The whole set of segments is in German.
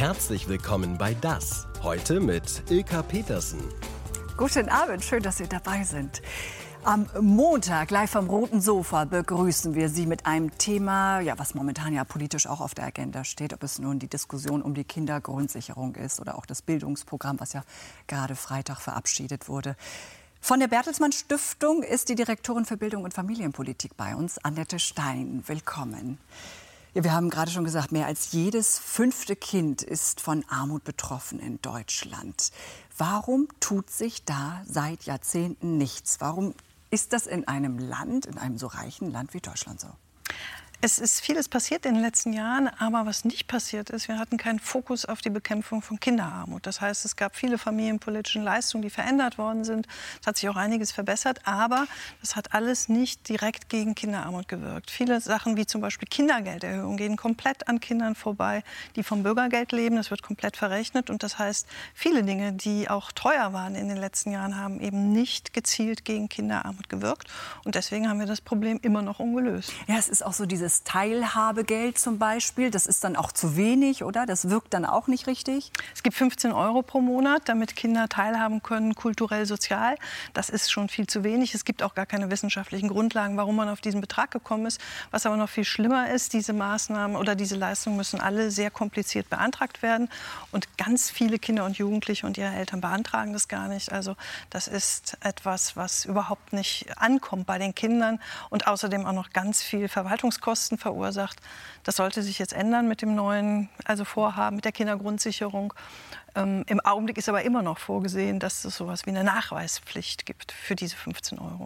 Herzlich willkommen bei Das. Heute mit Ilka Petersen. Guten Abend, schön, dass Sie dabei sind. Am Montag, live vom Roten Sofa, begrüßen wir Sie mit einem Thema, was momentan ja politisch auch auf der Agenda steht. Ob es nun die Diskussion um die Kindergrundsicherung ist oder auch das Bildungsprogramm, was ja gerade Freitag verabschiedet wurde. Von der Bertelsmann Stiftung ist die Direktorin für Bildung und Familienpolitik bei uns, Annette Stein. Willkommen. Ja, wir haben gerade schon gesagt, mehr als jedes 5. Kind ist von Armut betroffen in Deutschland. Warum tut sich da seit Jahrzehnten nichts? Warum ist das in einem Land, in einem so reichen Land wie Deutschland so? Es ist vieles passiert in den letzten Jahren, aber was nicht passiert ist, wir hatten keinen Fokus auf die Bekämpfung von Kinderarmut. Das heißt, es gab viele familienpolitische Leistungen, die verändert worden sind. Es hat sich auch einiges verbessert, aber das hat alles nicht direkt gegen Kinderarmut gewirkt. Viele Sachen wie zum Beispiel Kindergelderhöhung gehen komplett an Kindern vorbei, die vom Bürgergeld leben. Das wird komplett verrechnet und das heißt, viele Dinge, die auch teuer waren in den letzten Jahren, haben eben nicht gezielt gegen Kinderarmut gewirkt. Und deswegen haben wir das Problem immer noch ungelöst. Ja, es ist auch so dieses Teilhabegeld zum Beispiel, das ist dann auch zu wenig, oder? Das wirkt dann auch nicht richtig? Es gibt 15 € pro Monat, damit Kinder teilhaben können, kulturell, sozial. Das ist schon viel zu wenig. Es gibt auch gar keine wissenschaftlichen Grundlagen, warum man auf diesen Betrag gekommen ist. Was aber noch viel schlimmer ist, diese Maßnahmen oder diese Leistungen müssen alle sehr kompliziert beantragt werden. Und ganz viele Kinder und Jugendliche und ihre Eltern beantragen das gar nicht. Also das ist etwas, was überhaupt nicht ankommt bei den Kindern und außerdem auch noch ganz viel Verwaltungskosten verursacht. Das sollte sich jetzt ändern mit dem neuen Vorhaben, mit der Kindergrundsicherung. Im Augenblick ist aber immer noch vorgesehen, dass es sowas wie eine Nachweispflicht gibt für diese 15 €.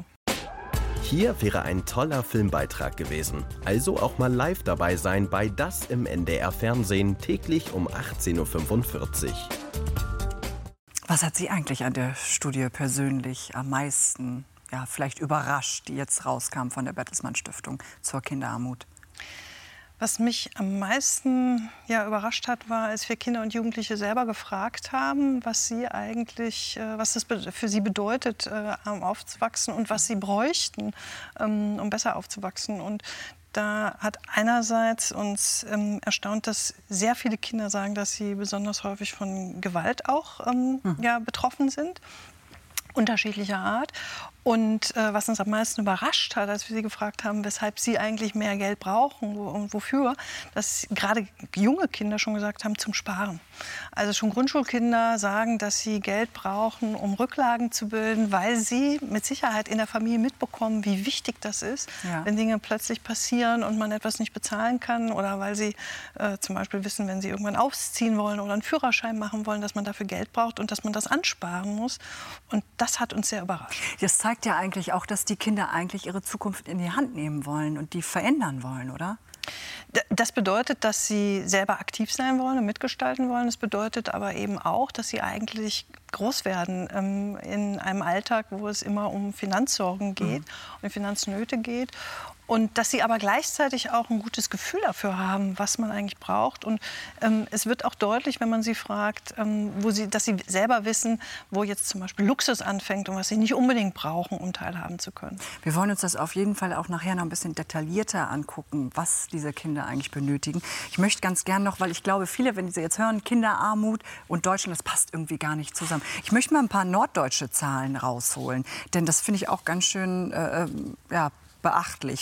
Hier wäre ein toller Filmbeitrag gewesen. Also auch mal live dabei sein bei Das im NDR Fernsehen, täglich um 18:45 Uhr. Was hat Sie eigentlich an der Studie persönlich am meisten, vielleicht überrascht, die jetzt rauskam von der Bertelsmann Stiftung zur Kinderarmut? Was mich am meisten überrascht hat, war, als wir Kinder und Jugendliche selber gefragt haben, was das für sie bedeutet, aufzuwachsen und was sie bräuchten, um besser aufzuwachsen. Und da hat einerseits uns erstaunt, dass sehr viele Kinder sagen, dass sie besonders häufig von Gewalt auch betroffen sind, unterschiedlicher Art. Und was uns am meisten überrascht hat, als wir sie gefragt haben, weshalb sie eigentlich mehr Geld brauchen und wofür, dass gerade junge Kinder schon gesagt haben, zum Sparen. Also schon Grundschulkinder sagen, dass sie Geld brauchen, um Rücklagen zu bilden, weil sie mit Sicherheit in der Familie mitbekommen, wie wichtig das ist, wenn Dinge plötzlich passieren und man etwas nicht bezahlen kann oder weil sie zum Beispiel wissen, wenn sie irgendwann ausziehen wollen oder einen Führerschein machen wollen, dass man dafür Geld braucht und dass man das ansparen muss. Und das hat uns sehr überrascht. Das zeigt ja eigentlich auch, dass die Kinder eigentlich ihre Zukunft in die Hand nehmen wollen und die verändern wollen, oder? Das bedeutet, dass sie selber aktiv sein wollen und mitgestalten wollen. Das bedeutet aber eben auch, dass sie eigentlich groß werden in einem Alltag, wo es immer um Finanzsorgen geht, um Finanznöte geht. Und dass sie aber gleichzeitig auch ein gutes Gefühl dafür haben, was man eigentlich braucht. Und es wird auch deutlich, wenn man sie fragt, dass sie selber wissen, wo jetzt zum Beispiel Luxus anfängt und was sie nicht unbedingt brauchen, um teilhaben zu können. Wir wollen uns das auf jeden Fall auch nachher noch ein bisschen detaillierter angucken, was diese Kinder eigentlich benötigen. Ich möchte ganz gern noch, weil ich glaube, viele, wenn sie jetzt hören, Kinderarmut und Deutschland, das passt irgendwie gar nicht zusammen. Ich möchte mal ein paar norddeutsche Zahlen rausholen, denn das finde ich auch ganz schön, beachtlich.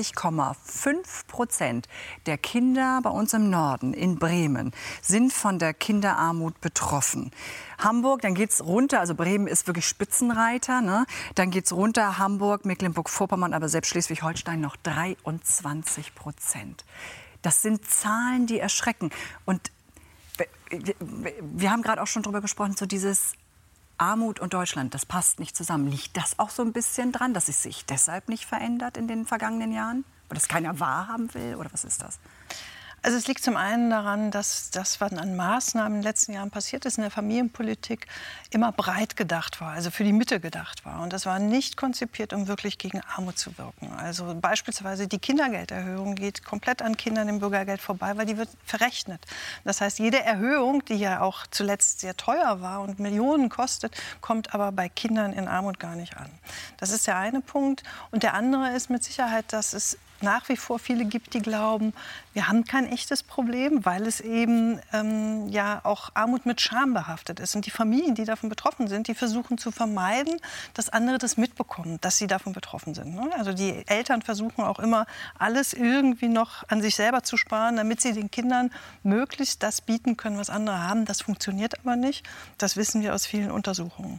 40,5% der Kinder bei uns im Norden, in Bremen, sind von der Kinderarmut betroffen. Hamburg, dann geht's runter, also Bremen ist wirklich Spitzenreiter, ne? Dann geht's runter, Hamburg, Mecklenburg-Vorpommern, aber selbst Schleswig-Holstein noch 23%. Das sind Zahlen, die erschrecken. Und wir haben gerade auch schon darüber gesprochen, so dieses Armut und Deutschland, das passt nicht zusammen. Liegt das auch so ein bisschen dran, dass es sich deshalb nicht verändert in den vergangenen Jahren? Oder das keiner wahrhaben will? Oder was ist das? Also es liegt zum einen daran, dass das, was an Maßnahmen in den letzten Jahren passiert ist in der Familienpolitik, immer breit gedacht war, also für die Mitte gedacht war. Und das war nicht konzipiert, um wirklich gegen Armut zu wirken. Also beispielsweise die Kindergelderhöhung geht komplett an Kindern im Bürgergeld vorbei, weil die wird verrechnet. Das heißt, jede Erhöhung, die ja auch zuletzt sehr teuer war und Millionen kostet, kommt aber bei Kindern in Armut gar nicht an. Das ist der eine Punkt. Und der andere ist mit Sicherheit, dass es nach wie vor viele gibt, die glauben, wir haben kein echtes Problem, weil es eben ja auch Armut mit Scham behaftet ist. Und die Familien, die davon betroffen sind, die versuchen zu vermeiden, dass andere das mitbekommen, dass sie davon betroffen sind. Ne? Also die Eltern versuchen auch immer, alles irgendwie noch an sich selber zu sparen, damit sie den Kindern möglichst das bieten können, was andere haben. Das funktioniert aber nicht. Das wissen wir aus vielen Untersuchungen.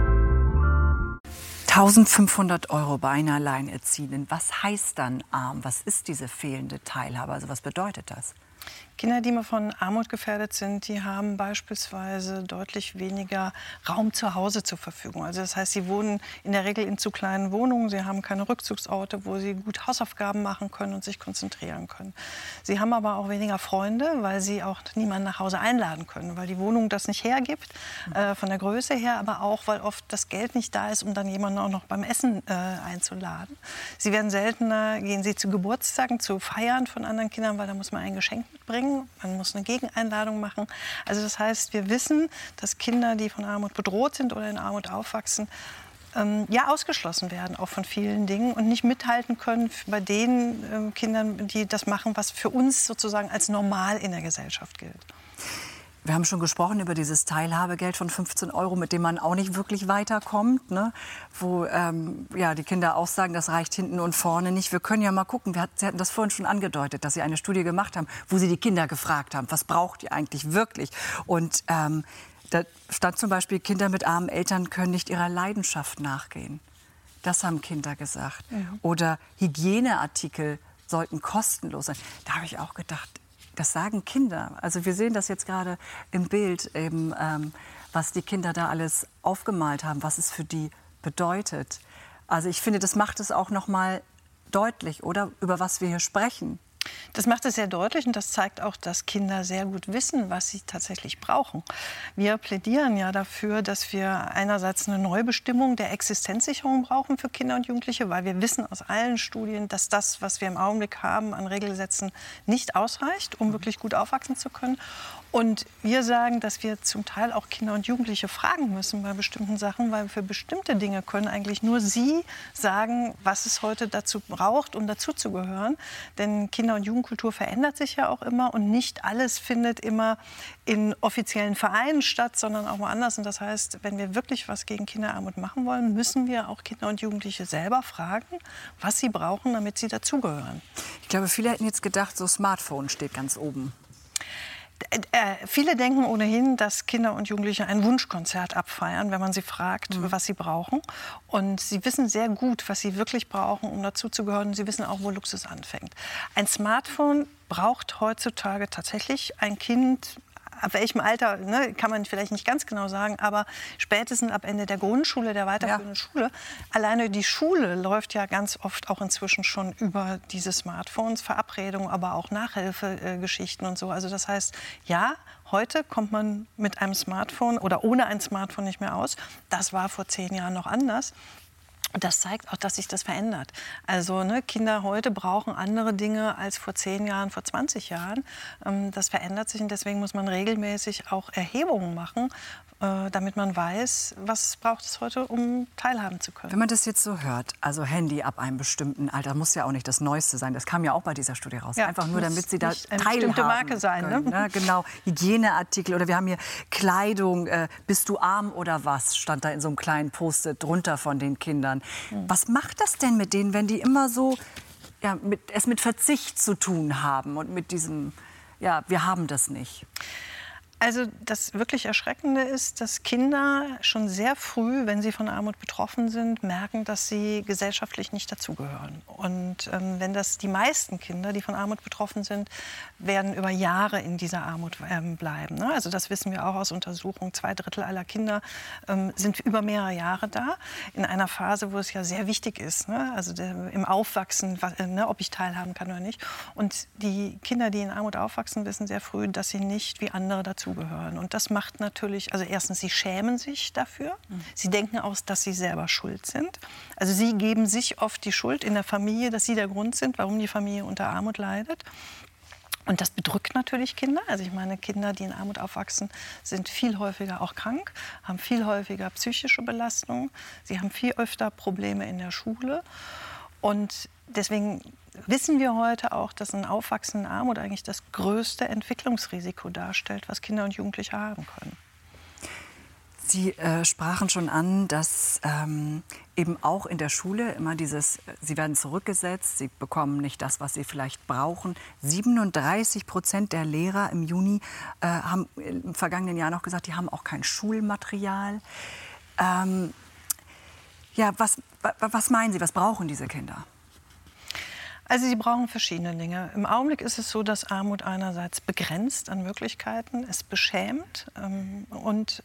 1.500 € bei einer Alleinerziehenden. Was heißt dann arm? Was ist diese fehlende Teilhabe? Also was bedeutet das? Kinder, die von Armut gefährdet sind, die haben beispielsweise deutlich weniger Raum zu Hause zur Verfügung. Also das heißt, sie wohnen in der Regel in zu kleinen Wohnungen, sie haben keine Rückzugsorte, wo sie gut Hausaufgaben machen können und sich konzentrieren können. Sie haben aber auch weniger Freunde, weil sie auch niemanden nach Hause einladen können, weil die Wohnung das nicht hergibt, von der Größe her, aber auch, weil oft das Geld nicht da ist, um dann jemanden auch noch beim Essen einzuladen. Sie werden seltener, gehen sie zu Geburtstagen, zu Feiern von anderen Kindern, weil da muss man ein Geschenk mitbringen. Man muss eine Gegeneinladung machen. Also das heißt, wir wissen, dass Kinder, die von Armut bedroht sind oder in Armut aufwachsen, ja ausgeschlossen werden, auch von vielen Dingen und nicht mithalten können bei den Kindern, die das machen, was für uns sozusagen als normal in der Gesellschaft gilt. Wir haben schon gesprochen über dieses Teilhabegeld von 15 €, mit dem man auch nicht wirklich weiterkommt, ne? Wo ja, die Kinder auch sagen, das reicht hinten und vorne nicht. Wir können ja mal gucken, Sie hatten das vorhin schon angedeutet, dass Sie eine Studie gemacht haben, wo Sie die Kinder gefragt haben, was braucht ihr eigentlich wirklich? Und da stand zum Beispiel, Kinder mit armen Eltern können nicht ihrer Leidenschaft nachgehen. Das haben Kinder gesagt. Ja. Oder Hygieneartikel sollten kostenlos sein. Da habe ich auch gedacht, das sagen Kinder. Also wir sehen das jetzt gerade im Bild, eben, was die Kinder da alles aufgemalt haben, was es für die bedeutet. Also ich finde, das macht es auch noch mal deutlich, oder? Über was wir hier sprechen. Das macht es sehr deutlich und das zeigt auch, dass Kinder sehr gut wissen, was sie tatsächlich brauchen. Wir plädieren ja dafür, dass wir einerseits eine Neubestimmung der Existenzsicherung brauchen für Kinder und Jugendliche, weil wir wissen aus allen Studien, dass das, was wir im Augenblick haben an Regelsätzen, nicht ausreicht, um wirklich gut aufwachsen zu können. Und wir sagen, dass wir zum Teil auch Kinder und Jugendliche fragen müssen bei bestimmten Sachen, weil für bestimmte Dinge können eigentlich nur sie sagen, was es heute dazu braucht, um dazuzugehören. Denn Kinder- und Jugendkultur verändert sich ja auch immer und nicht alles findet immer in offiziellen Vereinen statt, sondern auch woanders. Und das heißt, wenn wir wirklich was gegen Kinderarmut machen wollen, müssen wir auch Kinder und Jugendliche selber fragen, was sie brauchen, damit sie dazugehören. Ich glaube, viele hätten jetzt gedacht, so Smartphone steht ganz oben. Viele denken ohnehin, dass Kinder und Jugendliche ein Wunschkonzert abfeiern, wenn man sie fragt, was sie brauchen. Und sie wissen sehr gut, was sie wirklich brauchen, um dazuzugehören. Sie wissen auch, wo Luxus anfängt. Ein Smartphone braucht heutzutage tatsächlich ein Kind. Ab welchem Alter, ne, kann man vielleicht nicht ganz genau sagen, aber spätestens ab Ende der Grundschule, der weiterführenden Schule. Alleine die Schule läuft ja ganz oft auch inzwischen schon über diese Smartphones, Verabredungen, aber auch Nachhilfegeschichten und so. Also das heißt, ja, heute kommt man mit einem Smartphone oder ohne ein Smartphone nicht mehr aus. Das war vor 10 Jahren noch anders. Das zeigt auch, dass sich das verändert. Also ne, Kinder heute brauchen andere Dinge als vor 10 Jahren, vor 20 Jahren. Das verändert sich und deswegen muss man regelmäßig auch Erhebungen machen, damit man weiß, was braucht es heute, um teilhaben zu können. Wenn man das jetzt so hört, also Handy ab einem bestimmten Alter, muss ja auch nicht das Neueste sein. Das kam ja auch bei dieser Studie raus. Ja, einfach nur, damit sie da teilhaben eine bestimmte Marke sein, können, ne? Genau, Hygieneartikel oder wir haben hier Kleidung. Bist du arm oder was? Stand da in so einem kleinen Post-it drunter von den Kindern. Was macht das denn mit denen, wenn die immer so ja, es mit Verzicht zu tun haben und mit diesem, ja, wir haben das nicht? Also das wirklich Erschreckende ist, dass Kinder schon sehr früh, wenn sie von Armut betroffen sind, merken, dass sie gesellschaftlich nicht dazugehören. Und wenn das die meisten Kinder, die von Armut betroffen sind, werden über Jahre in dieser Armut bleiben. Ne? Also das wissen wir auch aus Untersuchungen. 2/3 aller Kinder sind über mehrere Jahre da, in einer Phase, wo es ja sehr wichtig ist, ne? Also im Aufwachsen, ob ich teilhaben kann oder nicht. Und die Kinder, die in Armut aufwachsen, wissen sehr früh, dass sie nicht wie andere dazugehören. Und das macht natürlich, also erstens, sie schämen sich dafür. Sie denken auch, dass sie selber schuld sind. Also sie geben sich oft die Schuld in der Familie, dass sie der Grund sind, warum die Familie unter Armut leidet. Und das bedrückt natürlich Kinder. Also ich meine, Kinder, die in Armut aufwachsen, sind viel häufiger auch krank, haben viel häufiger psychische Belastungen. Sie haben viel öfter Probleme in der Schule. Und deswegen wissen wir heute auch, dass ein Aufwachsen in Armut eigentlich das größte Entwicklungsrisiko darstellt, was Kinder und Jugendliche haben können. Sie sprachen schon an, dass eben auch in der Schule immer sie werden zurückgesetzt, sie bekommen nicht das, was sie vielleicht brauchen. 37% der Lehrer im Juni haben im vergangenen Jahr noch gesagt, die haben auch kein Schulmaterial. Was meinen Sie, was brauchen diese Kinder? Also sie brauchen verschiedene Dinge. Im Augenblick ist es so, dass Armut einerseits begrenzt an Möglichkeiten, es beschämt und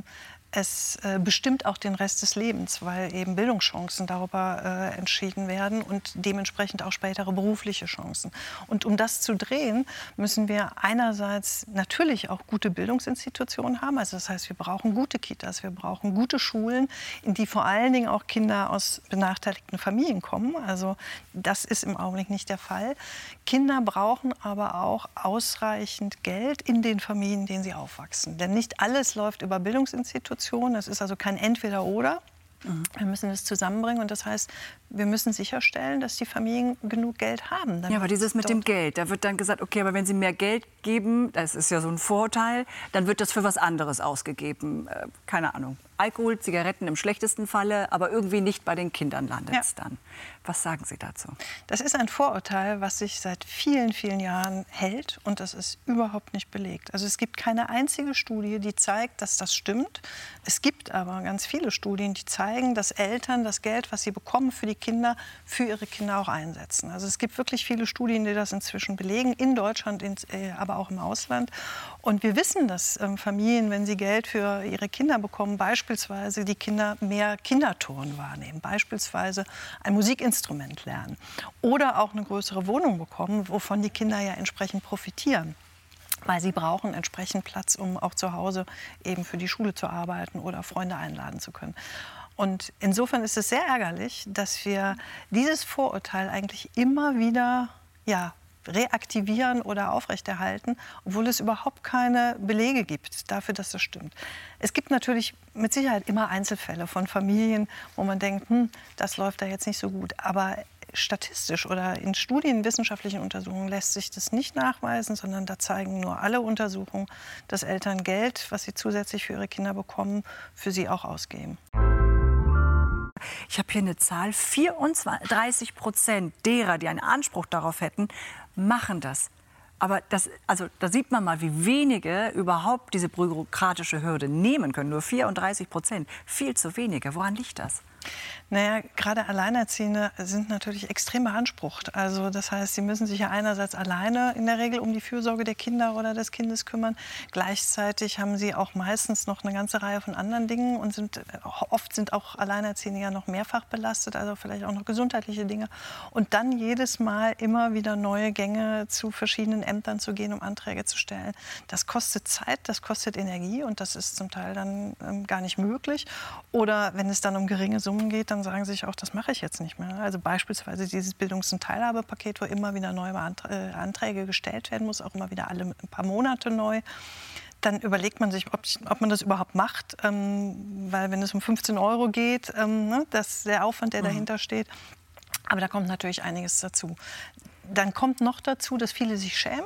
es bestimmt auch den Rest des Lebens, weil eben Bildungschancen darüber entschieden werden und dementsprechend auch spätere berufliche Chancen. Und um das zu drehen, müssen wir einerseits natürlich auch gute Bildungsinstitutionen haben. Also das heißt, wir brauchen gute Kitas, wir brauchen gute Schulen, in die vor allen Dingen auch Kinder aus benachteiligten Familien kommen. Also das ist im Augenblick nicht der Fall. Kinder brauchen aber auch ausreichend Geld in den Familien, in denen sie aufwachsen. Denn nicht alles läuft über Bildungsinstitutionen. Das ist also kein Entweder-Oder. Wir müssen es zusammenbringen und das heißt, wir müssen sicherstellen, dass die Familien genug Geld haben. Ja, aber dieses mit dem Geld, da wird dann gesagt, okay, aber wenn Sie mehr Geld geben, das ist ja so ein Vorteil, dann wird das für was anderes ausgegeben. Keine Ahnung, Alkohol, Zigaretten im schlechtesten Falle, aber irgendwie nicht bei den Kindern landet es dann. Was sagen Sie dazu? Das ist ein Vorurteil, was sich seit vielen, vielen Jahren hält und das ist überhaupt nicht belegt. Also es gibt keine einzige Studie, die zeigt, dass das stimmt. Es gibt aber ganz viele Studien, die zeigen, dass Eltern das Geld, was sie bekommen für die Kinder, für ihre Kinder auch einsetzen. Also es gibt wirklich viele Studien, die das inzwischen belegen, in Deutschland, aber auch im Ausland. Und wir wissen, dass Familien, wenn sie Geld für ihre Kinder bekommen, beispielsweise die Kinder mehr Kindertouren wahrnehmen, beispielsweise ein Musikinstrument lernen oder auch eine größere Wohnung bekommen, wovon die Kinder ja entsprechend profitieren. Weil sie brauchen entsprechend Platz, um auch zu Hause eben für die Schule zu arbeiten oder Freunde einladen zu können. Und insofern ist es sehr ärgerlich, dass wir dieses Vorurteil eigentlich immer wieder reaktivieren oder aufrechterhalten, obwohl es überhaupt keine Belege gibt dafür, dass das stimmt. Es gibt natürlich mit Sicherheit immer Einzelfälle von Familien, wo man denkt, das läuft da jetzt nicht so gut. Aber statistisch oder in Studien, wissenschaftlichen Untersuchungen lässt sich das nicht nachweisen, sondern da zeigen nur alle Untersuchungen, dass Eltern Geld, was sie zusätzlich für ihre Kinder bekommen, für sie auch ausgeben. Ich habe hier eine Zahl, 34% derer, die einen Anspruch darauf hätten, machen das. Aber da sieht man mal, wie wenige überhaupt diese bürokratische Hürde nehmen können. Nur 34%, viel zu wenige. Woran liegt das? Naja, gerade Alleinerziehende sind natürlich extrem beansprucht. Also das heißt, sie müssen sich ja einerseits alleine in der Regel um die Fürsorge der Kinder oder des Kindes kümmern. Gleichzeitig haben sie auch meistens noch eine ganze Reihe von anderen Dingen und oft sind auch Alleinerziehende ja noch mehrfach belastet, also vielleicht auch noch gesundheitliche Dinge. Und dann jedes Mal immer wieder neue Gänge zu verschiedenen Ämtern zu gehen, um Anträge zu stellen. Das kostet Zeit, das kostet Energie und das ist zum Teil dann gar nicht möglich. Oder wenn es dann um geringe Summen geht, dann sagen sie sich auch, das mache ich jetzt nicht mehr. Also beispielsweise dieses Bildungs- und Teilhabepaket, wo immer wieder neue Anträge gestellt werden muss, auch immer wieder alle ein paar Monate neu. Dann überlegt man sich, ob man das überhaupt macht, weil wenn es um 15 € geht, das ist der Aufwand, der dahinter steht. Aber da kommt natürlich einiges dazu. Dann kommt noch dazu, dass viele sich schämen.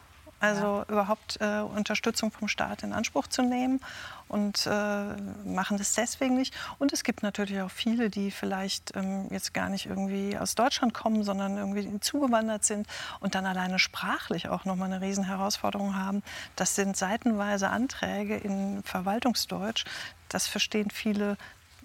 Also überhaupt Unterstützung vom Staat in Anspruch zu nehmen und machen das deswegen nicht. Und es gibt natürlich auch viele, die vielleicht jetzt gar nicht irgendwie aus Deutschland kommen, sondern irgendwie zugewandert sind und dann alleine sprachlich auch nochmal eine Riesenherausforderung haben. Das sind seitenweise Anträge in Verwaltungsdeutsch. Das verstehen viele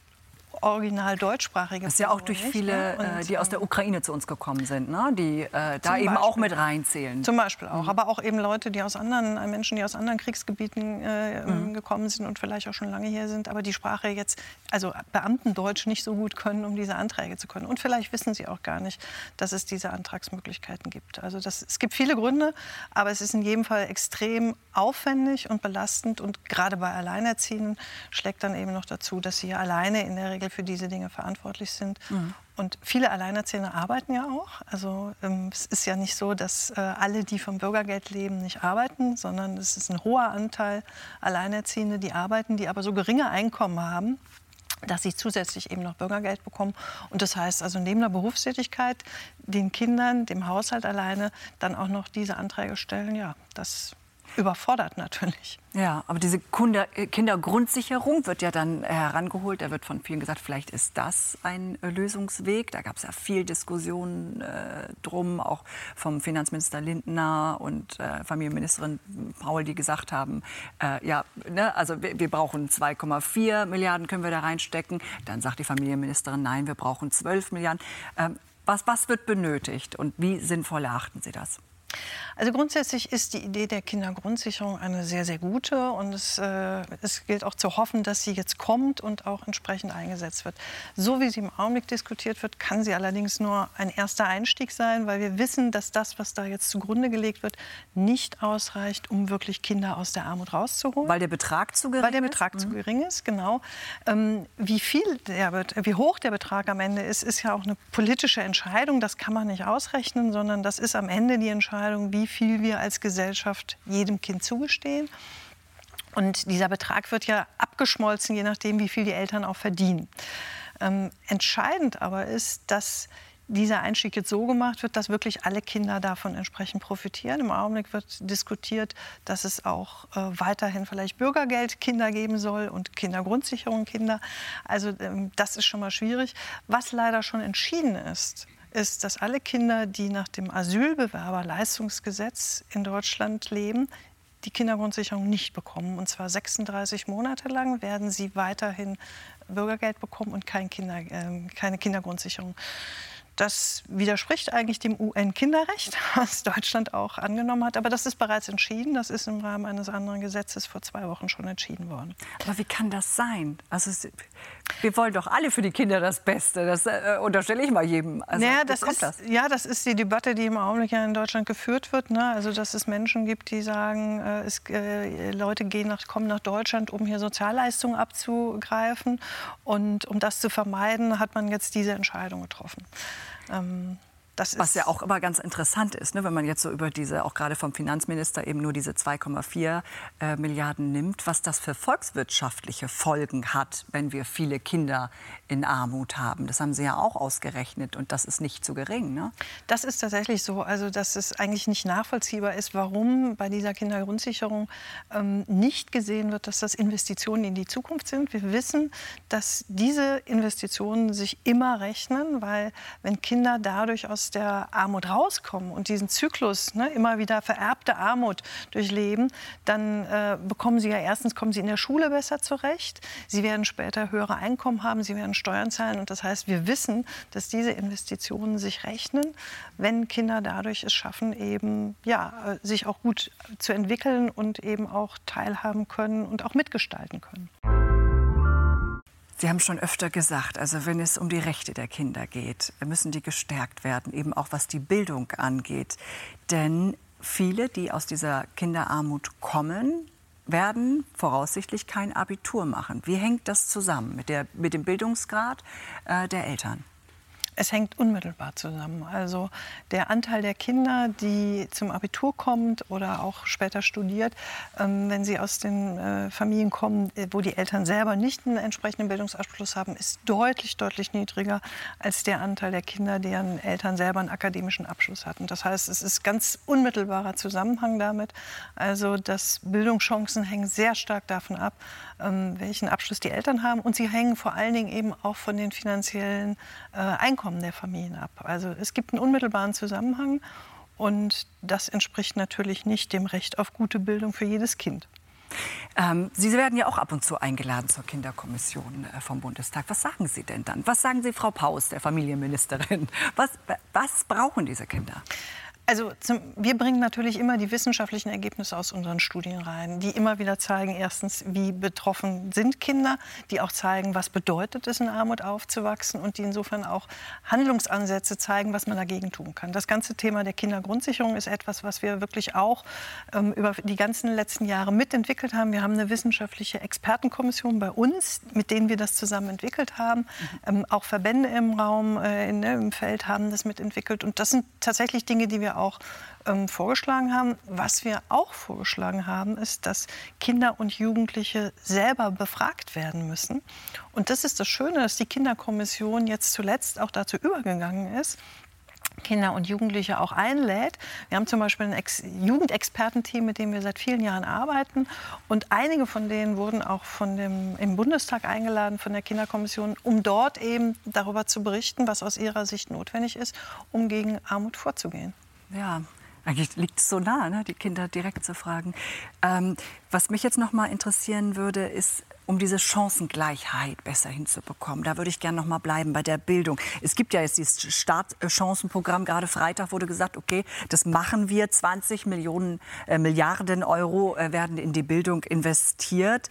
original deutschsprachige Das ist ja auch durch viele, die aus der Ukraine zu uns gekommen sind, ne? Die da eben auch mit reinzählen. Zum Beispiel auch, aber auch eben Leute, die aus Menschen, die aus anderen Kriegsgebieten gekommen sind und vielleicht auch schon lange hier sind, aber die Sprache jetzt, also Beamtendeutsch nicht so gut können, um diese Anträge zu können. Und vielleicht wissen sie auch gar nicht, dass es diese Antragsmöglichkeiten gibt. Also es gibt viele Gründe, aber es ist in jedem Fall extrem aufwendig und belastend und gerade bei Alleinerziehenden schlägt dann eben noch dazu, dass sie alleine in der Regel für diese Dinge verantwortlich sind. Und viele Alleinerziehende arbeiten ja auch. Also es ist ja nicht so, dass alle, die vom Bürgergeld leben, nicht arbeiten, sondern es ist ein hoher Anteil Alleinerziehende, die arbeiten, die aber so geringe Einkommen haben, dass sie zusätzlich eben noch Bürgergeld bekommen. Und das heißt also neben der Berufstätigkeit den Kindern, dem Haushalt alleine dann auch noch diese Anträge stellen, ja, das überfordert natürlich. Ja, aber diese Kindergrundsicherung wird ja dann herangeholt. Da wird von vielen gesagt, vielleicht ist das ein Lösungsweg. Da gab es ja viel Diskussionen drum, auch vom Finanzminister Lindner und Familienministerin Paul, die gesagt haben, also wir brauchen 2,4 Milliarden, können wir da reinstecken. Dann sagt die Familienministerin, nein, wir brauchen 12 Milliarden. Was wird benötigt und wie sinnvoll erachten Sie das? Also grundsätzlich ist die Idee der Kindergrundsicherung eine sehr, sehr gute. Und es gilt auch zu hoffen, dass sie jetzt kommt und auch entsprechend eingesetzt wird. So wie sie im Augenblick diskutiert wird, kann sie allerdings nur ein erster Einstieg sein, weil wir wissen, dass das, was da jetzt zugrunde gelegt wird, nicht ausreicht, um wirklich Kinder aus der Armut rauszuholen. Weil der Betrag zu gering ist? Weil der Betrag zu gering ist, genau. Wie hoch der Betrag am Ende ist ja auch eine politische Entscheidung. Das kann man nicht ausrechnen, sondern das ist am Ende die Entscheidung, wie viel wir als Gesellschaft jedem Kind zugestehen. Und dieser Betrag wird ja abgeschmolzen, je nachdem, wie viel die Eltern auch verdienen. Entscheidend aber ist, dass dieser Einstieg jetzt so gemacht wird, dass wirklich alle Kinder davon entsprechend profitieren. Im Augenblick wird diskutiert, dass es auch weiterhin vielleicht Bürgergeldkinder geben soll und Kindergrundsicherung Kinder. Also das ist schon mal schwierig. Was leider schon entschieden ist, dass alle Kinder, die nach dem Asylbewerberleistungsgesetz in Deutschland leben, die Kindergrundsicherung nicht bekommen. Und zwar 36 Monate lang werden sie weiterhin Bürgergeld bekommen und keine Kindergrundsicherung. Das widerspricht eigentlich dem UN-Kinderrecht, was Deutschland auch angenommen hat. Aber das ist bereits entschieden. Das ist im Rahmen eines anderen Gesetzes vor 2 Wochen schon entschieden worden. Aber wie kann das sein? Also wir wollen doch alle für die Kinder das Beste. Das unterstelle ich mal jedem. Also, das ist die Debatte, die im Augenblick ja in Deutschland geführt wird. Ne? Also dass es Menschen gibt, die sagen, Leute kommen nach Deutschland, um hier Sozialleistungen abzugreifen. Und um das zu vermeiden, hat man jetzt diese Entscheidung getroffen. Was ja auch immer ganz interessant ist, ne, wenn man jetzt so über auch gerade vom Finanzminister eben nur diese 2,4 Milliarden nimmt, was das für volkswirtschaftliche Folgen hat, wenn wir viele Kinder in Armut haben. Das haben Sie ja auch ausgerechnet und das ist nicht zu gering, ne? Das ist tatsächlich so, also dass es eigentlich nicht nachvollziehbar ist, warum bei dieser Kindergrundsicherung nicht gesehen wird, dass das Investitionen in die Zukunft sind. Wir wissen, dass diese Investitionen sich immer rechnen, weil wenn Kinder dadurch aus der Armut rauskommen und diesen Zyklus, immer wieder vererbte Armut durchleben, dann kommen sie in der Schule besser zurecht. Sie werden später höhere Einkommen haben, sie werden Steuern zahlen. Und das heißt, wir wissen, dass diese Investitionen sich rechnen, wenn Kinder dadurch es schaffen, eben sich auch gut zu entwickeln und eben auch teilhaben können und auch mitgestalten können. Sie haben schon öfter gesagt, also wenn es um die Rechte der Kinder geht, müssen die gestärkt werden, eben auch was die Bildung angeht. Denn viele, die aus dieser Kinderarmut kommen, werden voraussichtlich kein Abitur machen. Wie hängt das zusammen mit dem Bildungsgrad der Eltern? Es hängt unmittelbar zusammen. Also der Anteil der Kinder, die zum Abitur kommt oder auch später studiert, wenn sie aus den Familien kommen, wo die Eltern selber nicht einen entsprechenden Bildungsabschluss haben, ist deutlich, deutlich niedriger als der Anteil der Kinder, deren Eltern selber einen akademischen Abschluss hatten. Das heißt, es ist ganz unmittelbarer Zusammenhang damit. Also dass Bildungschancen hängen sehr stark davon ab, welchen Abschluss die Eltern haben. Und sie hängen vor allen Dingen eben auch von den finanziellen Einkommen der Familien ab. Also es gibt einen unmittelbaren Zusammenhang und das entspricht natürlich nicht dem Recht auf gute Bildung für jedes Kind. Sie werden ja auch ab und zu eingeladen zur Kinderkommission vom Bundestag. Was sagen Sie denn dann? Was sagen Sie, Frau Paus, der Familienministerin? Was brauchen diese Kinder? Also wir bringen natürlich immer die wissenschaftlichen Ergebnisse aus unseren Studien rein, die immer wieder zeigen, erstens, wie betroffen sind Kinder, die auch zeigen, was bedeutet es, in Armut aufzuwachsen und die insofern auch Handlungsansätze zeigen, was man dagegen tun kann. Das ganze Thema der Kindergrundsicherung ist etwas, was wir wirklich auch über die ganzen letzten Jahre mitentwickelt haben. Wir haben eine wissenschaftliche Expertenkommission bei uns, mit denen wir das zusammen entwickelt haben. Auch Verbände im Raum, im Feld haben das mitentwickelt. Und das sind tatsächlich Dinge, die wir auch vorgeschlagen haben. Was wir auch vorgeschlagen haben, ist, dass Kinder und Jugendliche selber befragt werden müssen. Und das ist das Schöne, dass die Kinderkommission jetzt zuletzt auch dazu übergegangen ist, Kinder und Jugendliche auch einlädt. Wir haben zum Beispiel ein Jugendexpertenteam, mit dem wir seit vielen Jahren arbeiten. Und einige von denen wurden auch im Bundestag eingeladen von der Kinderkommission, um dort eben darüber zu berichten, was aus ihrer Sicht notwendig ist, um gegen Armut vorzugehen. Ja. Eigentlich liegt es so nah, ne, die Kinder direkt zu fragen. Was mich jetzt noch mal interessieren würde, ist, um diese Chancengleichheit besser hinzubekommen. Da würde ich gerne noch mal bleiben bei der Bildung. Es gibt ja jetzt dieses Startchancenprogramm. Gerade Freitag wurde gesagt, okay, das machen wir. 20 Milliarden Euro werden in die Bildung investiert.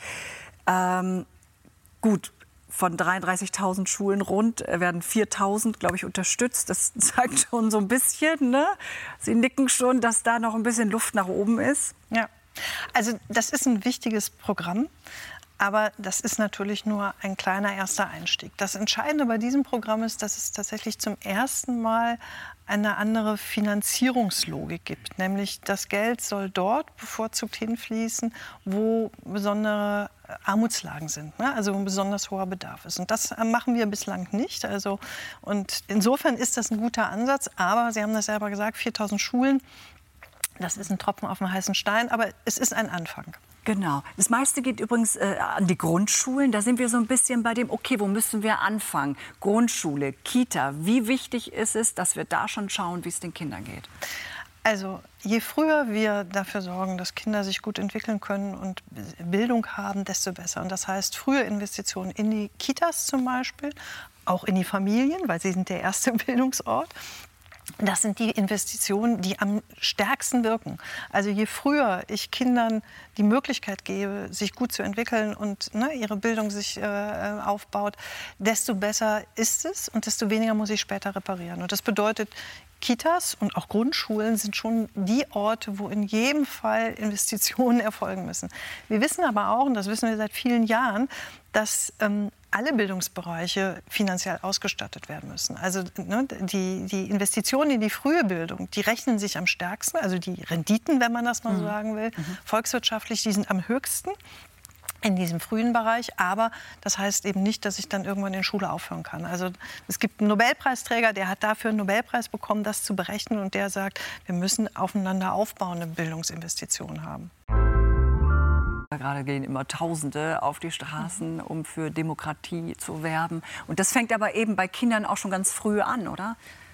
Gut. Von 33.000 Schulen rund werden 4.000, glaube ich, unterstützt. Das zeigt schon so ein bisschen, ne? Sie nicken schon, dass da noch ein bisschen Luft nach oben ist. Ja, also das ist ein wichtiges Programm. Aber das ist natürlich nur ein kleiner erster Einstieg. Das Entscheidende bei diesem Programm ist, dass es tatsächlich zum ersten Mal eine andere Finanzierungslogik gibt. Nämlich das Geld soll dort bevorzugt hinfließen, wo besondere Armutslagen sind, ne? Also wo ein besonders hoher Bedarf ist. Und das machen wir bislang nicht. Und insofern ist das ein guter Ansatz. Aber Sie haben das selber gesagt, 4.000 Schulen, das ist ein Tropfen auf den heißen Stein. Aber es ist ein Anfang. Genau. Das meiste geht übrigens an die Grundschulen. Da sind wir so ein bisschen bei dem, okay, wo müssen wir anfangen? Grundschule, Kita. Wie wichtig ist es, dass wir da schon schauen, wie es den Kindern geht? Also je früher wir dafür sorgen, dass Kinder sich gut entwickeln können und Bildung haben, desto besser. Und das heißt, frühe Investitionen in die Kitas zum Beispiel, auch in die Familien, weil sie sind der erste Bildungsort. Das sind die Investitionen, die am stärksten wirken. Also je früher ich Kindern die Möglichkeit gebe, sich gut zu entwickeln und ihre Bildung sich aufbaut, desto besser ist es und desto weniger muss ich später reparieren. Und das bedeutet, Kitas und auch Grundschulen sind schon die Orte, wo in jedem Fall Investitionen erfolgen müssen. Wir wissen aber auch, und das wissen wir seit vielen Jahren, dass alle Bildungsbereiche finanziell ausgestattet werden müssen. Also die Investitionen in die frühe Bildung, die rechnen sich am stärksten, also die Renditen, wenn man das mal so sagen will, volkswirtschaftlich, die sind am höchsten in diesem frühen Bereich, aber das heißt eben nicht, dass ich dann irgendwann in Schule aufhören kann. Also es gibt einen Nobelpreisträger, der hat dafür einen Nobelpreis bekommen, das zu berechnen, und der sagt, wir müssen aufeinander aufbauende Bildungsinvestitionen haben. Gerade gehen immer Tausende auf die Straßen, um für Demokratie zu werben. Und das fängt aber eben bei Kindern auch schon ganz früh an, oder?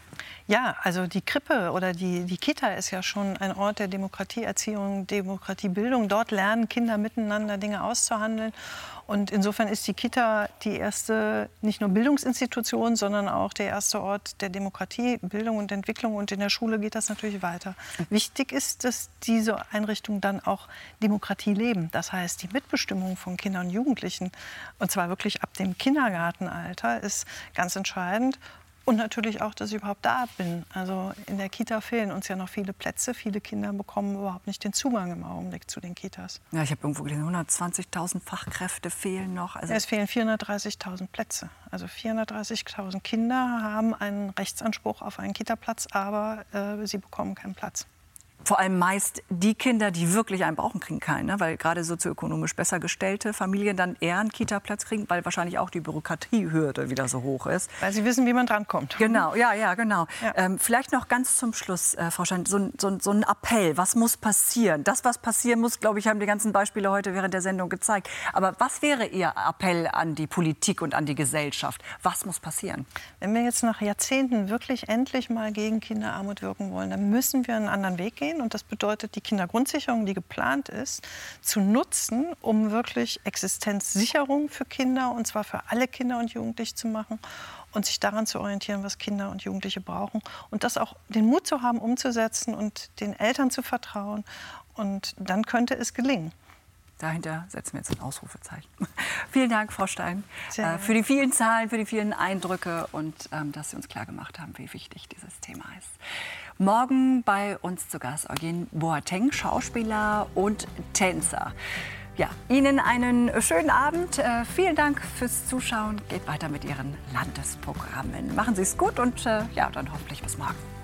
Ja, also die Krippe oder die Kita ist ja schon ein Ort der Demokratieerziehung, Demokratiebildung. Dort lernen Kinder miteinander Dinge auszuhandeln. Und insofern ist die Kita die erste, nicht nur Bildungsinstitution, sondern auch der erste Ort der Demokratie, Bildung und Entwicklung. Und in der Schule geht das natürlich weiter. Wichtig ist, dass diese Einrichtungen dann auch Demokratie leben. Das heißt, die Mitbestimmung von Kindern und Jugendlichen, und zwar wirklich ab dem Kindergartenalter, ist ganz entscheidend. Und natürlich auch, dass ich überhaupt da bin. Also in der Kita fehlen uns ja noch viele Plätze. Viele Kinder bekommen überhaupt nicht den Zugang im Augenblick zu den Kitas. Ja, ich habe irgendwo gelesen, 120.000 Fachkräfte fehlen noch. Also es fehlen 430.000 Plätze. Also 430.000 Kinder haben einen Rechtsanspruch auf einen Kitaplatz, aber sie bekommen keinen Platz. Vor allem meist die Kinder, die wirklich einen brauchen, kriegen keinen. Ne? Weil gerade sozioökonomisch besser gestellte Familien dann eher einen Kita-Platz kriegen, weil wahrscheinlich auch die Bürokratiehürde wieder so hoch ist. Weil sie wissen, wie man drankommt. Genau, ja, genau. Ja. Vielleicht noch ganz zum Schluss, Frau Stein, so ein Appell. Was muss passieren? Das, was passieren muss, glaube ich, haben die ganzen Beispiele heute während der Sendung gezeigt. Aber was wäre Ihr Appell an die Politik und an die Gesellschaft? Was muss passieren? Wenn wir jetzt nach Jahrzehnten wirklich endlich mal gegen Kinderarmut wirken wollen, dann müssen wir einen anderen Weg gehen. Und das bedeutet, die Kindergrundsicherung, die geplant ist, zu nutzen, um wirklich Existenzsicherung für Kinder, und zwar für alle Kinder und Jugendliche zu machen und sich daran zu orientieren, was Kinder und Jugendliche brauchen. Und das auch den Mut zu haben, umzusetzen und den Eltern zu vertrauen. Und dann könnte es gelingen. Dahinter setzen wir jetzt ein Ausrufezeichen. Vielen Dank, Frau Stein, für die vielen Zahlen, für die vielen Eindrücke und dass Sie uns klargemacht haben, wie wichtig dieses Thema ist. Morgen bei uns zu Gast Eugen Boateng, Schauspieler und Tänzer. Ja, Ihnen einen schönen Abend. Vielen Dank fürs Zuschauen. Geht weiter mit Ihren Landesprogrammen. Machen Sie es gut und dann hoffentlich bis morgen.